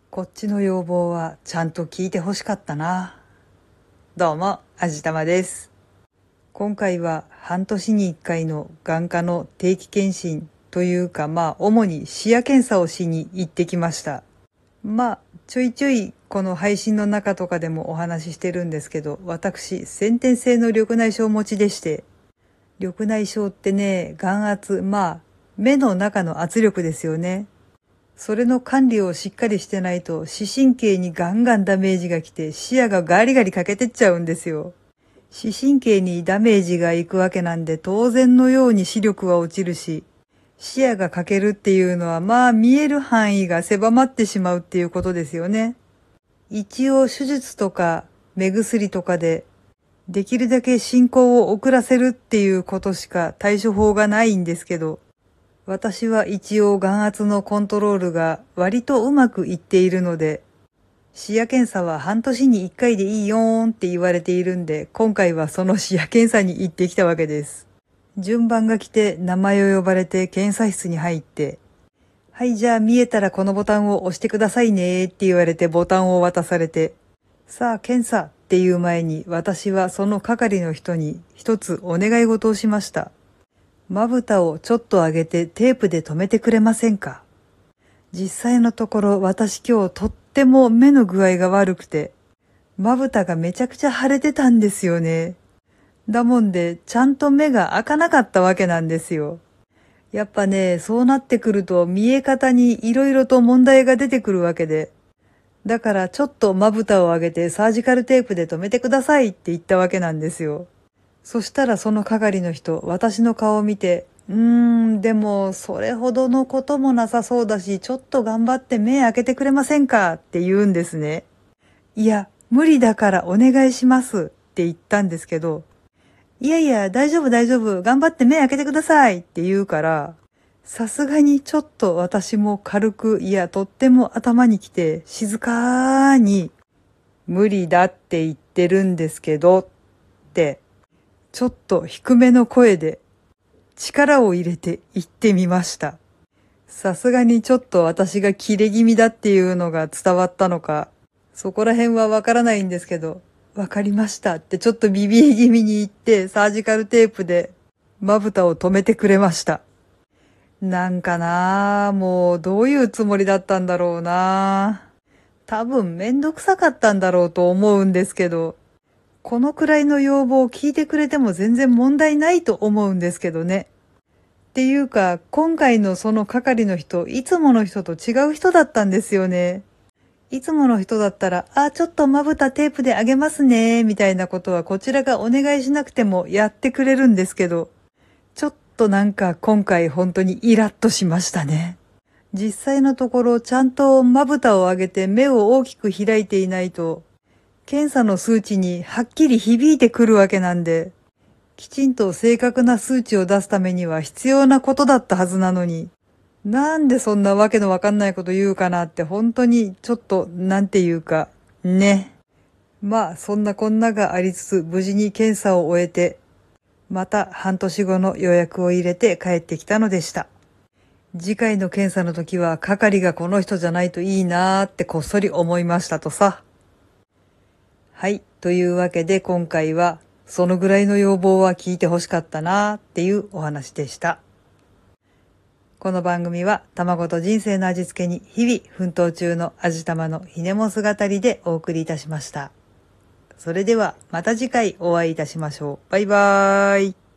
こっちの要望はちゃんと聞いてほしかったな。どうも、あじたまです。今回は半年に1回の眼科の定期検診というか主に視野検査をしに行ってきました。ちょいちょいこの配信の中とかでもお話ししてるんですけど、私、先天性の緑内障持ちでして、緑内障ってね、眼圧、目の中の圧力ですよね。それの管理をしっかりしてないと視神経にガンガンダメージが来て視野がガリガリ欠けてっちゃうんですよ。視神経にダメージがいくわけなんで当然のように視力は落ちるし、視野が欠けるっていうのは見える範囲が狭まってしまうっていうことですよね。一応手術とか目薬とかでできるだけ進行を遅らせるっていうことしか対処法がないんですけど、私は一応眼圧のコントロールが割とうまくいっているので、視野検査は半年に1回でいいよーんって言われているんで、今回はその視野検査に行ってきたわけです。順番が来て名前を呼ばれて検査室に入って、はい、じゃあ見えたらこのボタンを押してくださいねって言われてボタンを渡されて、さあ検査っていう前に私はその係の人に一つお願い事をしました。まぶたをちょっと上げてテープで留めてくれませんか？実際のところ私今日とっても目の具合が悪くて、まぶたがめちゃくちゃ腫れてたんですよね。だもんでちゃんと目が開かなかったわけなんですよ。やっぱね、そうなってくると見え方に色々と問題が出てくるわけで、だからちょっとまぶたを上げてサージカルテープで留めてくださいって言ったわけなんですよ。そしたらその係の人、私の顔を見て、でもそれほどのこともなさそうだし、ちょっと頑張って目開けてくれませんかって言うんですね。いや、無理だからお願いしますって言ったんですけど、いやいや、大丈夫大丈夫、頑張って目開けてくださいって言うから、さすがにちょっと私も軽く、とっても頭にきて、静かに、無理だって言ってるんですけど、ってちょっと低めの声で力を入れて言ってみました。さすがにちょっと私がキレ気味だっていうのが伝わったのか、そこら辺はわからないんですけど、わかりましたってちょっとビビり気味に言ってサージカルテープでまぶたを止めてくれました。なんかもうどういうつもりだったんだろう多分めんどくさかったんだろうと思うんですけど、このくらいの要望を聞いてくれても全然問題ないと思うんですけどね。っていうか、今回のその係の人、いつもの人と違う人だったんですよね。いつもの人だったら、ちょっとまぶたテープであげますね、みたいなことはこちらがお願いしなくてもやってくれるんですけど、ちょっとなんか今回本当にイラッとしましたね。実際のところちゃんとまぶたを上げて目を大きく開いていないと、検査の数値にはっきり響いてくるわけなんで、きちんと正確な数値を出すためには必要なことだったはずなのに、なんでそんなわけのわかんないこと言うかなって本当にちょっとなんていうか、ね。そんなこんながありつつ無事に検査を終えて、また半年後の予約を入れて帰ってきたのでした。次回の検査の時は係がこの人じゃないといいなーってこっそり思いましたとさ。はい。というわけで今回はそのぐらいの要望は聞いてほしかったなーっていうお話でした。この番組は卵と人生の味付けに日々奮闘中の味玉のひねも姿りでお送りいたしました。それではまた次回お会いいたしましょう。バイバーイ。